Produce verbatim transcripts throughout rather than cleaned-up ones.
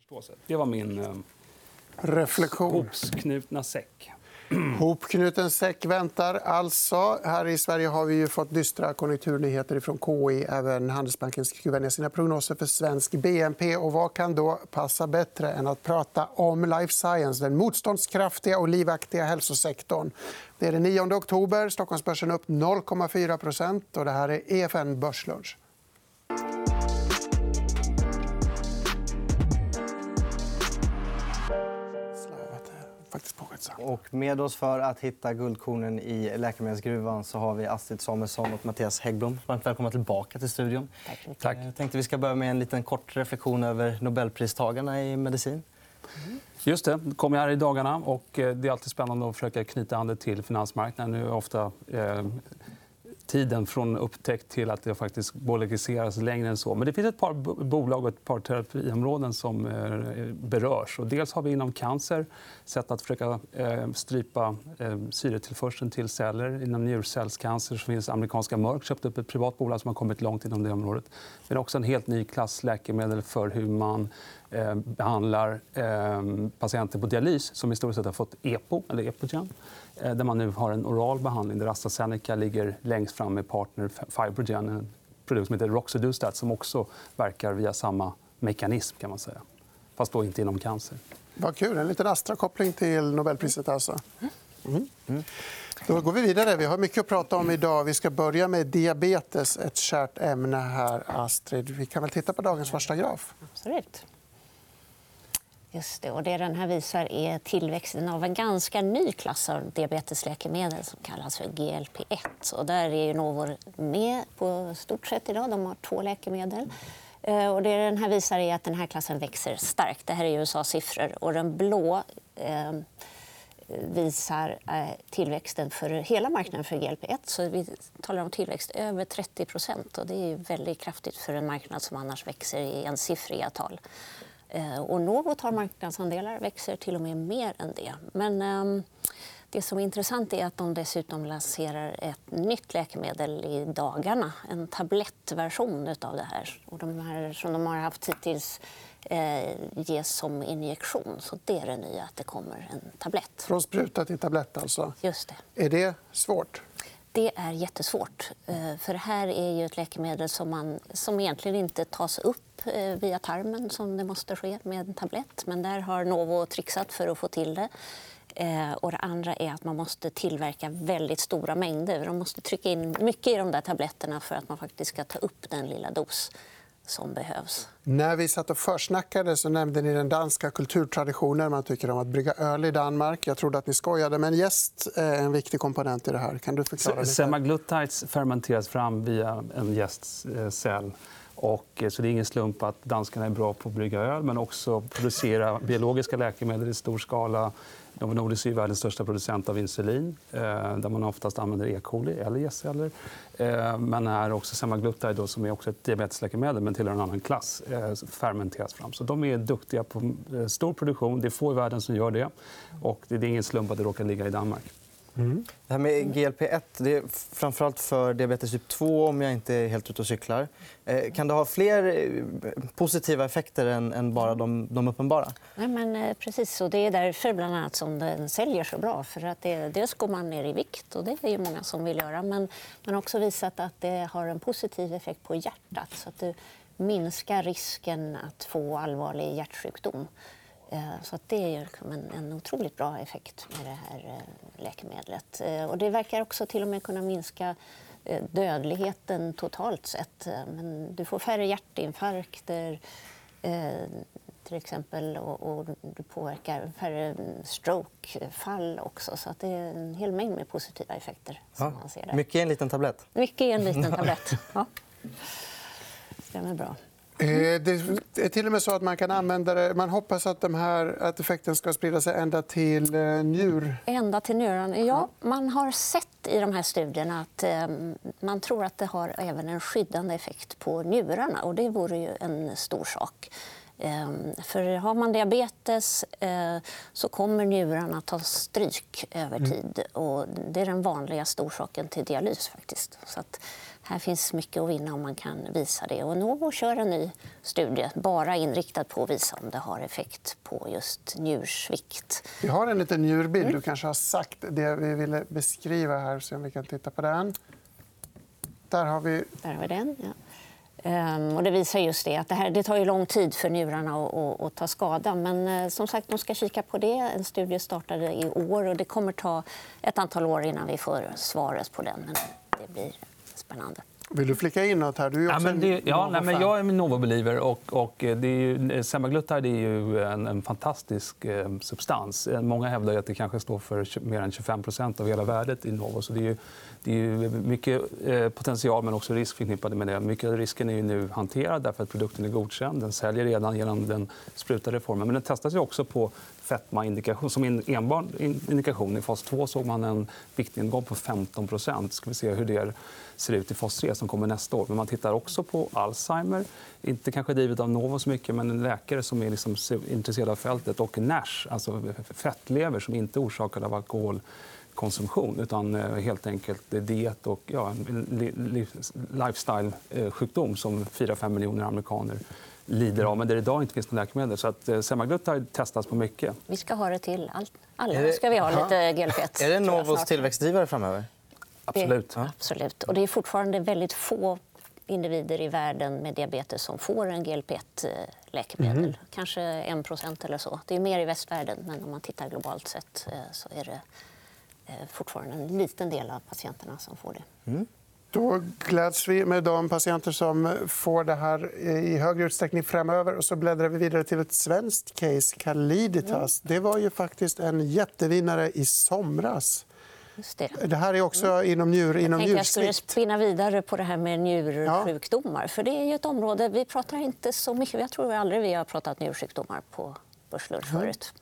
Så det var min eh, reflektion. hopsknutna säck. Hopknuten säck väntar alltså. Här i Sverige har vi ju fått dystra konjunkturnyheter från K I. Även Handelsbanken skriver ner sina prognoser för svensk B N P. Och vad kan då passa bättre än att prata om life science, den motståndskraftiga och livaktiga hälsosektorn? Det är den nionde oktober. Stockholmsbörsen upp noll komma fyra procent. Och det här är E F N Börslunch. Och med oss för att hitta guldkornen i läkemedelsgruvan så har vi Astrid Samuelsson och Mattias Häggblom. Varmt välkomna tillbaka till studion. Tack. Tack. Jag tänkte vi ska börja med en liten kort reflektion över Nobelpristagarna i medicin. Just det, det kommer här i dagarna. Och det är alltid spännande att försöka knyta an det till finansmarknaden. Nu är ofta eh, tiden från upptäckt till att det faktiskt bolagiseras längre än så. Men det finns ett par bolag och ett par terapiområden som eh, berörs. Och dels har vi inom cancer sett att försöka eh, strypa eh, syretillförseln till celler. Inom njurcellscancer så finns amerikanska Merck köpt upp ett privat bolag som har kommit långt inom det området. Men också en helt ny klass läkemedel för hur man eh, behandlar eh, patienter på dialys som i stort sett har fått EPO eller Epogen. Där man nu har en oral behandling där AstraZeneca ligger längst fram med partner Fibrogen, en produkt som heter Roxadustat som också verkar via samma mekanism kan man säga. Fast då inte inom cancer. Vad kul. En liten Astra-koppling till Nobelpriset. Alltså. Mm. Mm. Då går vi vidare. Vi har mycket att prata om idag. Vi ska börja med diabetes, ett kärt ämne här, Astrid. Vi kan väl titta på dagens första graf. Absolut. Just det. Och det den här visar är tillväxten av en ganska ny klass av diabetesläkemedel som kallas för G L P ett. Och där är ju Novo med på stort sätt idag. De har två läkemedel. Och det den här visar är att den här klassen växer starkt. Det här är U S A-siffror. Och den blå eh, visar eh, tillväxten för hela marknaden för G L P ett. Så vi talar om tillväxt över trettio procent. Och det är ju väldigt kraftigt för en marknad som annars växer i ensiffriga tal. Och Novo tar marknadsandelar, växer till och med mer än det. Men eh, det som är intressant är att de dessutom lanserar ett nytt läkemedel i dagarna. En tablettversion av det här. Och de här som de har haft hittills eh, ges som injektion. Så det är det nya, att det kommer en tablett. Från spruta till tablett alltså. Just det. Är det svårt? Det är jättesvårt. För det här är ju ett läkemedel som, man, som egentligen inte tas upp via tarmen som det måste ske med en tablett. Men där har Novo trixat för att få till det. Och det andra är att man måste tillverka väldigt stora mängder. De måste trycka in mycket i de där tabletterna för att man faktiskt ska ta upp den lilla dos som behövs. När vi satt och försnackade så nämnde ni den danska kulturtraditionen. Man tycker om att brygga öl i Danmark. Jag trodde att ni skojade, men jäst är en viktig komponent i det här. Kan du förklara lite? Semaglutides fermenteras fram via en jästcell. Och, så det är ingen slump att danskarna är bra på att brygga öl men också producera biologiska läkemedel i stor skala. Novo Nordisk är världens största producent av insulin där man oftast använder E. coli eller jästceller. Men här också semaglutide som är också ett diabetesläkemedel men tillhör en annan klass fermenteras fram. Så de är duktiga på stor produktion. Det är få i världen som gör det. Och det är ingen slump att det råkar ligga i Danmark. Mm. Det här med G L P ett det är framförallt för diabetes typ två om jag inte är helt ute och cyklar. Kan det ha fler positiva effekter än bara de, de uppenbara? Nej, men precis. Och det är därför bland annat som den säljer så bra. För att det, dels går man ner i vikt och det är ju många som vill göra. Men man har också visat att det har en positiv effekt på hjärtat. Så att det minskar risken att få allvarlig hjärtsjukdom. Så att det är en, en otroligt bra effekt med det här läkemedlet. Och det verkar också till och med kunna minska dödligheten totalt sett. Men du får färre hjärtinfarkter till exempel och, och du påverkar färre strokefall också. Så att det är en hel mängd med positiva effekter. Som Ja. man ser där. Mycket i en liten tablett. Mycket i en liten tablett. Ja. Stämmer bra. Det är till och med så att man kan använda det. Man hoppas att, de här, att effekten ska sprida sig ända till njur. Ända till njuren. Ja, man har sett i de här studierna att eh, man tror att det har även en skyddande effekt på njurarna. Och det vore ju en stor sak. Eh, för har man diabetes eh, så kommer njurarna ta stryk över tid. Och det är den vanligaste orsaken till dialys faktiskt. Så att här finns mycket att vinna om man kan visa det. Och Novo kör en ny studie bara inriktad på att visa om det har effekt på just njursvikt. Vi har en liten njurbild. Du kanske har sagt det vi ville beskriva här, så om vi kan titta på den. Där har vi... Där har vi den, ja. Um, och det visar just det att det, här, det tar ju lång tid för njurarna att, att, att ta skada. Men uh, som sagt, de ska kika på det. En studie startade i år och det kommer ta ett antal år innan vi får svaret på den. Men det blir spännande. Vill du flika in något här? Du är också ja, men det, en ja, nej, men jag är en Novo-believer. Och, och det är ju, semaglutide är ju en, en fantastisk eh, substans. Många hävdar att det kanske står för mer än tjugofem procent av hela värdet i Novo. Så det är ju, det är ju mycket eh, potential men också risk förknippade med det. Mycket av risken är ju nu hanterad därför att produkten är godkänd. Den säljer redan genom den sprutade formen. Men den testas ju också på fetmaindikation. Som en enbart indikation i fas två såg man en viktnedgång på femton procent. Ska vi se hur det ser ut i fas tre som kommer nästa år. Men man tittar också på Alzheimer. Inte kanske drivet av Novo så mycket, men en läkare som är liksom intresserad av fältet. Och NASH, alltså fettlever som inte är orsakad av alkoholkonsumtion utan helt enkelt diet och ja, en lifestyle-sjukdom som fyra fem miljoner amerikaner lider av, men där det idag inte finns något läkemedel. Så att semaglutide testas på mycket. Vi ska ha det till allt. Alla ska vi ha lite G L P ett. Är det Novos tillväxtdrivare framöver? Absolut. Det, absolut. Och det är fortfarande väldigt få individer i världen med diabetes som får en G L P ett-läkemedel. Mm. Kanske en procent eller så. Det är mer i västvärlden, men om man tittar globalt sett så är det fortfarande en liten del av patienterna som får det. Mm. Då gläds vi med de patienter som får det här i högre utsträckning framöver. Och så bläddrar vi vidare till ett svenskt case, Calliditas. Det var ju faktiskt en jättevinnare i somras. Just det. Det här är också mm. inom njur, inom jag njursvikt. Jag skulle spinna vidare på det här med njursjukdomar. Ja. För det är ju ett område, vi pratar inte så mycket, jag tror aldrig vi har pratat njursjukdomar på Börslunch förut.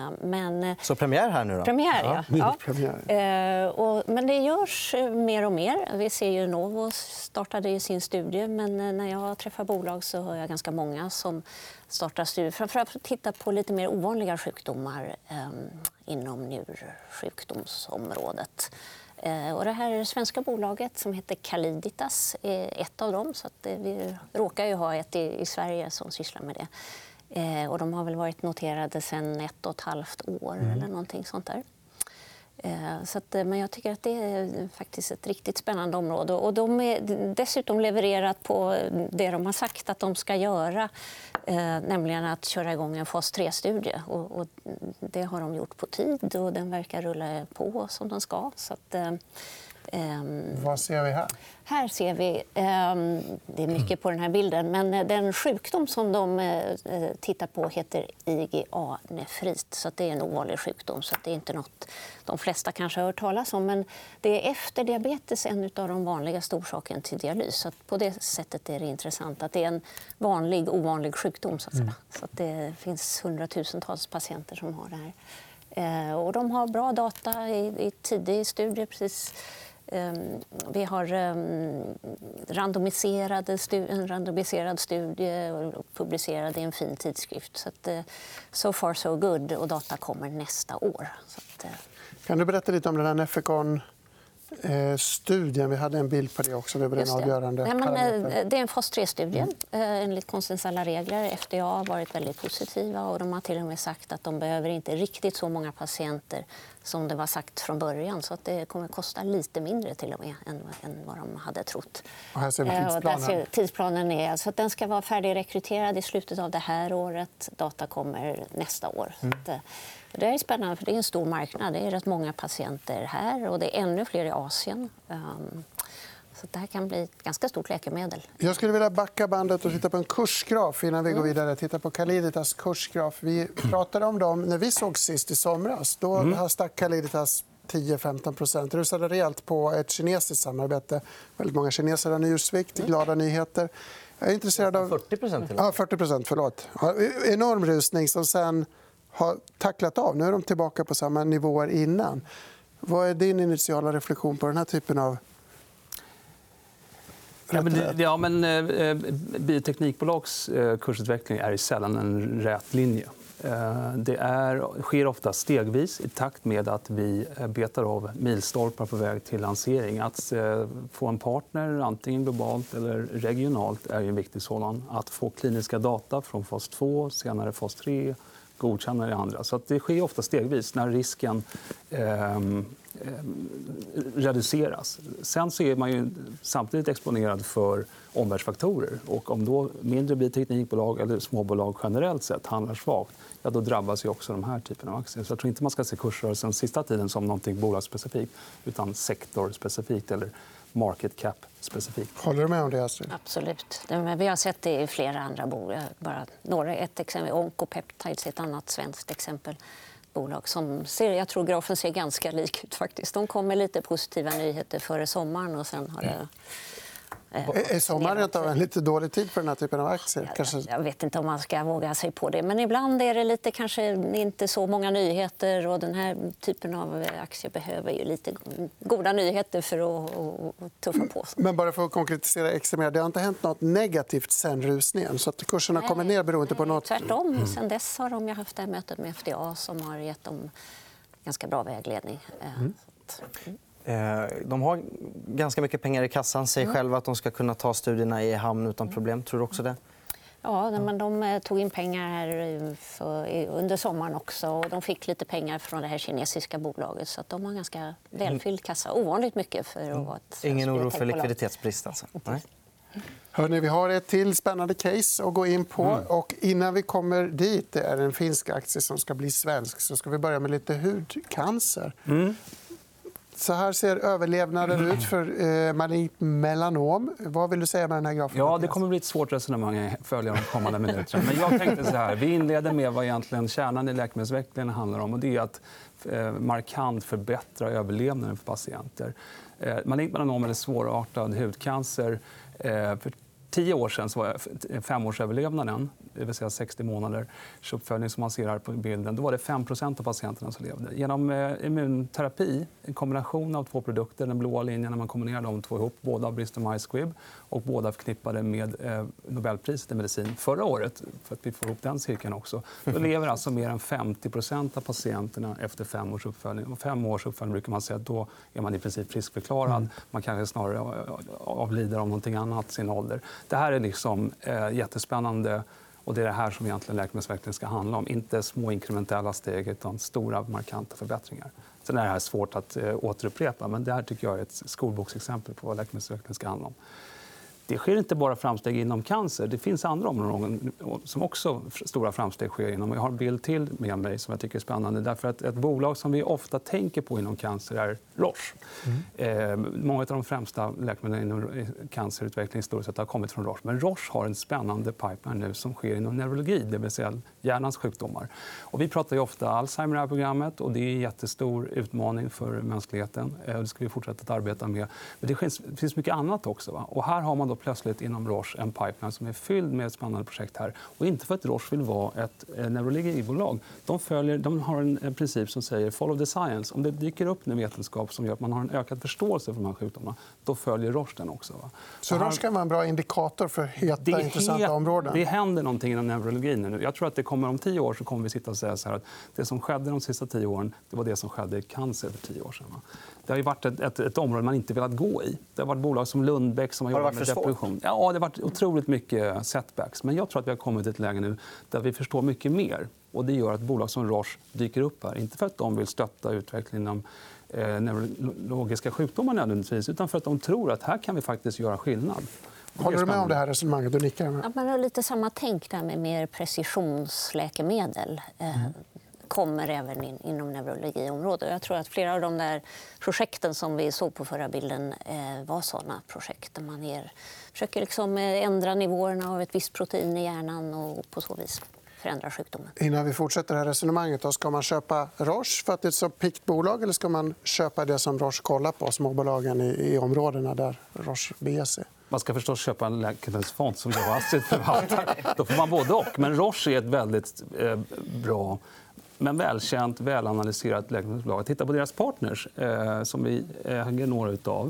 Men, så premiär här nu då? Premiär, ja. ja. premiär. Och, men det görs mer och mer. Vi ser ju Novo startade ju sin studie, men när jag träffar bolag så hör jag ganska många som startar studier. Framförallt för att titta på lite mer ovanliga sjukdomar eh, inom njursjukdomsområdet. Eh, och det här är det svenska bolaget som heter Calliditas, är ett av dem. Så att, eh, vi råkar ju ha ett i, i Sverige som sysslar med det. Eh, och de har väl varit noterade sedan ett och ett halvt år mm. eller någonting sånt där. Eh, så att, men jag tycker att det är faktiskt ett riktigt spännande område. Och de är dessutom levererat på det de har sagt att de ska göra. Eh, nämligen att köra igång en fas tre-studie. Och, och det har de gjort på tid och den verkar rulla på som den ska. Så att, eh, Um, Vad ser vi här? Här ser vi, um, det är mycket på den här bilden, men den sjukdom som de uh, tittar på heter I G A-nefrit. Så det är en ovanlig sjukdom, så det är inte något de flesta kanske har hört talas om. Men det är efter diabetes en av de vanligaste orsakerna till dialys. Så på det sättet är det intressant att det är en vanlig, ovanlig sjukdom. Så att säga. Mm. Så att det finns hundratusentals patienter som har det här. Uh, och de har bra data i, i tidig studie, precis. Vi har randomiserade stu- en randomiserad studie och publicerad i en fin tidskrift. Så att, so far so good, och data kommer nästa år. Så att, kan du berätta lite om den här Nefecon-studien? Vi hade en bild på det också. Det var den avgörande. Nej, men, det är en fas tre-studie mm. enligt konstens alla regler. F D A har varit väldigt positiva och de har till och med sagt att de behöver inte riktigt så många patienter som det var sagt från början. Så att det kommer att kosta lite mindre till och med än, än vad de hade trott. Och här ser vi tidsplanen. Och där ser, tidsplanen är alltså att den ska vara färdigrekryterad i slutet av det här året. Data kommer nästa år. Mm. Så att, det är spännande, för det är en stor marknad. Det är rätt många patienter här och det är ännu fler i Asien. Um, så det här kan bli ett ganska stort läkemedel. Jag skulle vilja backa bandet och titta på en kursgraf innan vi går vidare. Titta på Calliditas kursgraf. Vi pratade om dem när vi såg sist i somras. Då mm. stack Calliditas tio till femton procent. Rusade rejält på ett kinesiskt samarbete. Väldigt många kineser har njursvikt. Glada nyheter. Jag är intresserad av... fyrtio procent till. Ja, fyrtio procent. Förlåt. Enorm rusning som sen har tacklat av. Nu är de tillbaka på samma nivåer innan. Vad är din initiala reflektion på den här typen av... Ja, men, ja, men eh, bioteknikbolags eh, kursutveckling är sällan en rät linje. Det är, sker ofta stegvis i takt med att vi betar av milstolpar på väg till lansering. Att få en partner, antingen globalt eller regionalt, är en viktig sådan. Att få kliniska data från fas två, senare fas tre, godkänna det andra. Så att det sker ofta stegvis när risken eh, reduceras. Sen så är man ju samtidigt exponerad för omvärldsfaktorer. Och om då mindre bioteknikbolag eller småbolag generellt sett handlar svagt, ja, då drabbas ju också de här typen av aktier. Så jag tror inte man ska se kursrörelsen sista tiden som något bolagsspecifikt, utan sektorspecifikt eller market cap specifikt. Håller du med om det, Astrid? Absolut. Vi har sett det i flera andra bolag. Bara några, ett exempel, Oncopeptides är ett annat svenskt exempel. Bolag som ser, jag tror grafen ser ganska lik ut faktiskt. De kom med lite positiva nyheter före sommaren och sen har det... Eh, är sommaren en lite dålig tid för den här typen av aktier? Jag, Kanske... jag vet inte om man ska våga sig på det. Men ibland är det lite, kanske inte så många nyheter. Och den här typen av aktier behöver ju lite goda nyheter för att, att tuffa på sig. Men bara för att konkretisera extra mer, det har inte hänt något negativt sen rusningen? Så att kurserna Nej, kommer ner beroende på något? Tvärtom. Mm. Sen dess har de haft det här mötet med F D A som har gett dem ganska bra vägledning. Mm. De har ganska mycket pengar i kassan. Säger mm. själva att de ska kunna ta studierna i hamn utan problem. Tror du också det? Ja, men de tog in pengar här för, under sommaren också. Och de fick lite pengar från det här kinesiska bolaget. Så att de har ganska välfylld kassa. Ovanligt mycket för att vara ett Ingen oro för likviditetsbrist alltså? Nej. Hörrni, vi har ett till spännande case att gå in på. Mm. Och innan vi kommer dit, det är en finsk aktie som ska bli svensk, så ska vi börja med lite hudcancer. Mm. Så här ser överlevnaden ut för eh, malignt melanom. Vad vill du säga med den här grafen? Ja, det kommer bli ett svårt resonemang att följa de kommande minuterna. Men jag tänkte så här. Vi inleder med vad egentligen kärnan i läkemedelsutvecklingen handlar om. Och det är att eh, markant förbättra överlevnaden för patienter. Eh, malignt melanom eller svårartad hudcancer. Eh, för tio år sedan så var femårsöverlevnaden, det vill säga sextio månader uppföljning som man ser här på bilden, då var det fem procent av patienterna som levde. Genom eh, immunterapi, en kombination av två produkter, den blåa linjen när man kombinerar de två ihop, båda av Bristol Myers Squibb och båda förknippade med eh, Nobelpriset i medicin förra året, för att vi får ihop den cirkeln också. Då lever alltså mer än femtio procent av patienterna efter fem års uppföljning. Och fem års uppföljning brukar man säga att då är man i princip friskförklarad. Mm. Man kanske snarare avlider av någonting annat sin ålder. Det här är liksom eh, jättespännande. Och det är det här som egentligen läkemedelsverkligen ska handla om. Inte små inkrementella steg, utan stora markanta förbättringar. Sen är det här svårt att eh, återupprepa, men det här tycker jag är ett skolboksexempel på vad läkemedelsverkligen ska handla om. Det sker inte bara framsteg inom cancer. Det finns andra områden som också stora framsteg sker inom. Jag har en bild till med mig som jag tycker är spännande. Därför att ett bolag som vi ofta tänker på inom cancer är Roche. Mm. Eh, många av de främsta läkemedlen inom cancerutveckling historiskt sett har kommit från Roche. Men Roche har en spännande pipeline nu som sker inom neurologi, det vill säga hjärnans sjukdomar. Och vi pratar ju ofta Alzheimer i det här programmet och det är en jättestor utmaning för mänskligheten. Eh, det ska vi fortsätta att arbeta med. Men det finns, det finns mycket annat också. Va? Och här har man då plötsligt inom Roche en pipeline som är fylld med spännande projekt här. Och inte för att Roche vill vara ett neurologibolag. De, följer, de har en princip som säger follow the science. Om det dyker upp en vetenskap som gör att man har en ökad förståelse för de här sjukdomarna, då följer Roche den också. Va? Så Roche kan vara en bra indikator för heta, det intressanta he- områden? Det händer någonting inom neurologin nu. Jag tror att det kommer om tio år så kommer vi sitta och säga så här att det som skedde de sista tio åren, det var det som skedde i cancer för tio år sedan. Va? Det har ju varit ett, ett, ett område man inte velat gå i. Det har varit bolag som Lundbeck som har, har jobbat med depression. Ja, det har varit otroligt mycket setbacks. Men jag tror att vi har kommit till ett läge nu där vi förstår mycket mer. Och det gör att bolag som Roche dyker upp här. Inte för att de vill stötta utvecklingen inom eh, neurologiska sjukdomar nödvändigtvis, utan för att de tror att här kan vi faktiskt göra skillnad. Håller du med om det här resonemanget? Du nickar med. Ja, man har lite samma tänk där med mer precisionsläkemedel. Mm. kommer även in, inom neurologiområdet. Jag tror att flera av de där projekten som vi såg på förra bilden eh, var såna projekt där man er, försöker liksom ändra nivåerna av ett visst protein i hjärnan och på så vis förändra sjukdomen. Innan vi fortsätter det här resonemanget, då, ska man köpa Roche för att det är ett så pikt bolag eller ska man köpa det som Roche kollar på, småbolagen i, i områdena där Roche beger sig? Man ska förstås köpa en läkemedelsfond som jag Astrid förvaltar. Då får man både och. Men Roche är ett väldigt eh, bra men välkänt, välanalyserat läkemedelsbolag. Titta på deras partners, eh, som vi äger några utav.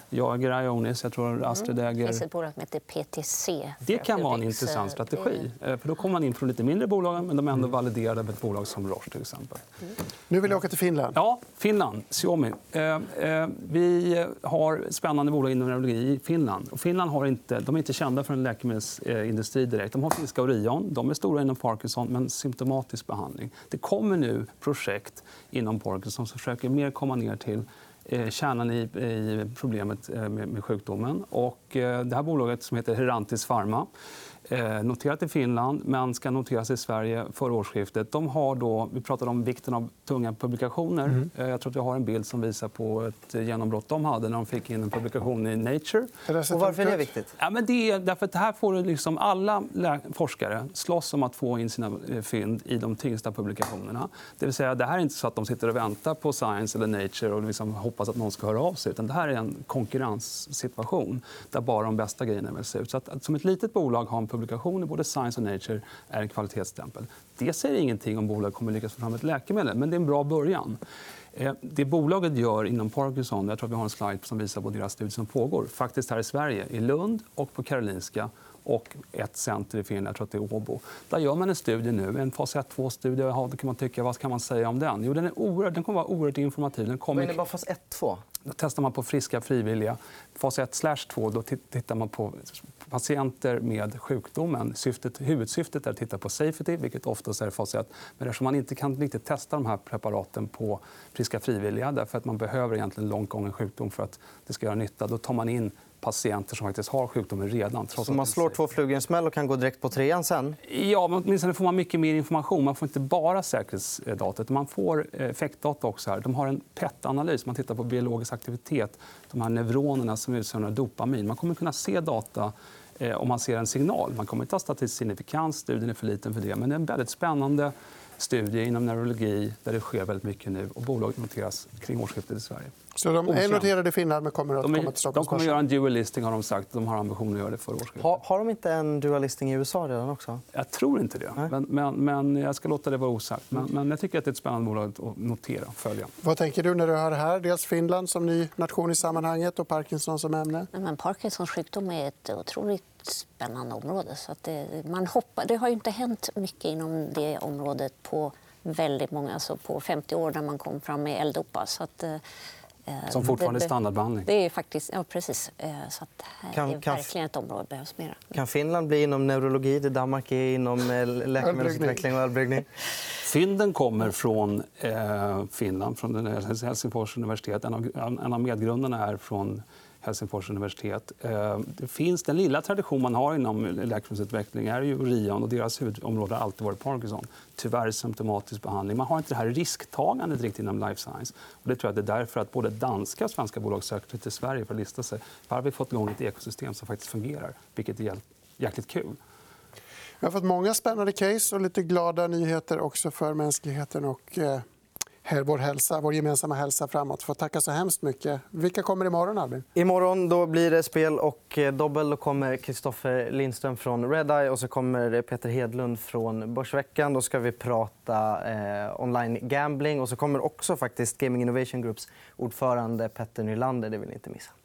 Jag äger Ionis, jag tror Astrid äger... Det finns ett bolag som heter P T C. Det kan vara en intressant strategi. Det... För då kommer man in från lite mindre bolag, men de är ändå validerade med ett bolag som Roche till exempel. Mm. Nu vill jag åka till Finland. Ja, Finland. Xiaomi. Eh, eh, vi har spännande bolag inom neurologi i Finland. Och Finland har inte, de är inte kända för en läkemedelsindustri direkt. De har finska Orion. De är stora inom Parkinson, men symptomatisk behandling. Det kommer nu projekt inom Parkinson som försöker mer komma ner till kärnan i, i problemet med, med sjukdomen. Och, eh, det här bolaget som heter Herantis Pharma, eh, noterat i Finland men ska noteras i Sverige för årsskiftet. De har då, vi pratade om vikten av tunga publikationer. Mm. Eh, jag tror att jag har en bild som visar på ett genombrott de hade när de fick in en publikation i Nature. Och varför är det viktigt? Ja, men det är därför att här får liksom alla forskare slåss om att få in sina fynd i de tyngsta publikationerna. Det vill säga, det här är inte så att de sitter och väntar på Science eller Nature och liksom hoppas att någon ska höra av sig. Utan det här är en konkurrenssituation där bara de bästa grejerna väljs ut. Så att, att som ett litet bolag har en publikation i både Science och Nature är en kvalitetsstämpel. Det säger ingenting om bolaget kommer lyckas få fram ett läkemedel, men det är en bra början. Det bolaget gör inom Parkinson, jag tror att vi har en slide som visar på deras studie som pågår, faktiskt här i Sverige, i Lund och på Karolinska och ett center i Finland, jag tror att det är Åbo. Där gör man en studie nu, en fas ett två studie. Ja, det kan man tycka, vad kan man säga om den? Jo, den, är oerhört, den kommer vara oerhört informativ. Den kommer... Men är det bara fas ett två? Då testar man på friska frivilliga. Fas ett slash två då tittar man på patienter med sjukdomen. Syftet, huvudsyftet är att titta på safety, vilket oftast är fas ett. Men eftersom man inte kan riktigt testa de här preparaten på friska frivilliga därför att man behöver egentligen långt gången sjukdom för att det ska göra nytta, då tar man in patienter som faktiskt har sjukdomen redan. Trots så man slår två flugor i en smäll och kan gå direkt på trean sen? Ja, men åtminstone får man mycket mer information. Man får inte bara säkerhetsdata, utan man får effektdata också här. De har en P E T-analys. Man tittar på biologisk aktivitet, de här neuronerna som utsöndrar dopamin. Man kommer kunna se data eh, om man ser en signal. Man kommer inte ha statistisk signifikans, studien är för liten för det. Men det är en väldigt spännande studie inom neurologi där det sker väldigt mycket nu. Och bolaget noteras kring årsskiftet i Sverige. Så de är noterade i Finland men kommer att de är, komma till Stockholms De kommer att göra en dual listing har de sagt. De har ambitionen att göra det för årsskiftet. Har, har de inte en dual listing i U S A redan också? Jag tror inte det. Men, men, men jag ska låta det vara osagt. Men, men jag tycker att det är ett spännande bolag att notera och följa. Vad tänker du när du hör det här? Dels Finland som ny nation i sammanhanget och Parkinson som ämne. Men Parkinsons sjukdom är ett otroligt spännande område. Så att det, man hoppar, det har ju inte hänt mycket inom det området på väldigt många, alltså på femtio år när man kom fram med L-dopa. Så att, eh, som fortfarande är standardbehandling. Det är faktiskt, ja, precis. Eh, så att här kan, är kan, verkligen ett område som behövs mer. Kan Finland bli inom neurologi, det Danmark är inom läkemedelsutveckling och ölbryggning? Fynden kommer från eh, Finland, från Helsingfors universitet. En av, en av medgrundarna är från Helsingfors universitet. Det finns den lilla tradition man har inom läkemedelsutveckling är ju Orion och deras huvudområde har alltid varit Parkinson. Tyvärr symptomatisk behandling. Man har inte det här risktagandet riktigt inom life science. Och det tror jag det är därför att både danska och svenska bolag söker sig till Sverige för att lista sig. För har vi fått igång ett ekosystem som faktiskt fungerar, vilket är jäkligt kul. Vi har fått många spännande case och lite glada nyheter också för mänskligheten och eh... vår, hälsa, vår gemensamma hälsa framåt. Får tacka så hemskt mycket. Vilka kommer imorgon, Albin? Imorgon då blir det spel och dobbel. Då kommer Kristoffer Lindström från Redeye och så kommer Peter Hedlund från Börsveckan. Då ska vi prata eh, online gambling och så kommer också faktiskt Gaming Innovation Groups ordförande Petter Nylander. Det vill ni inte missa.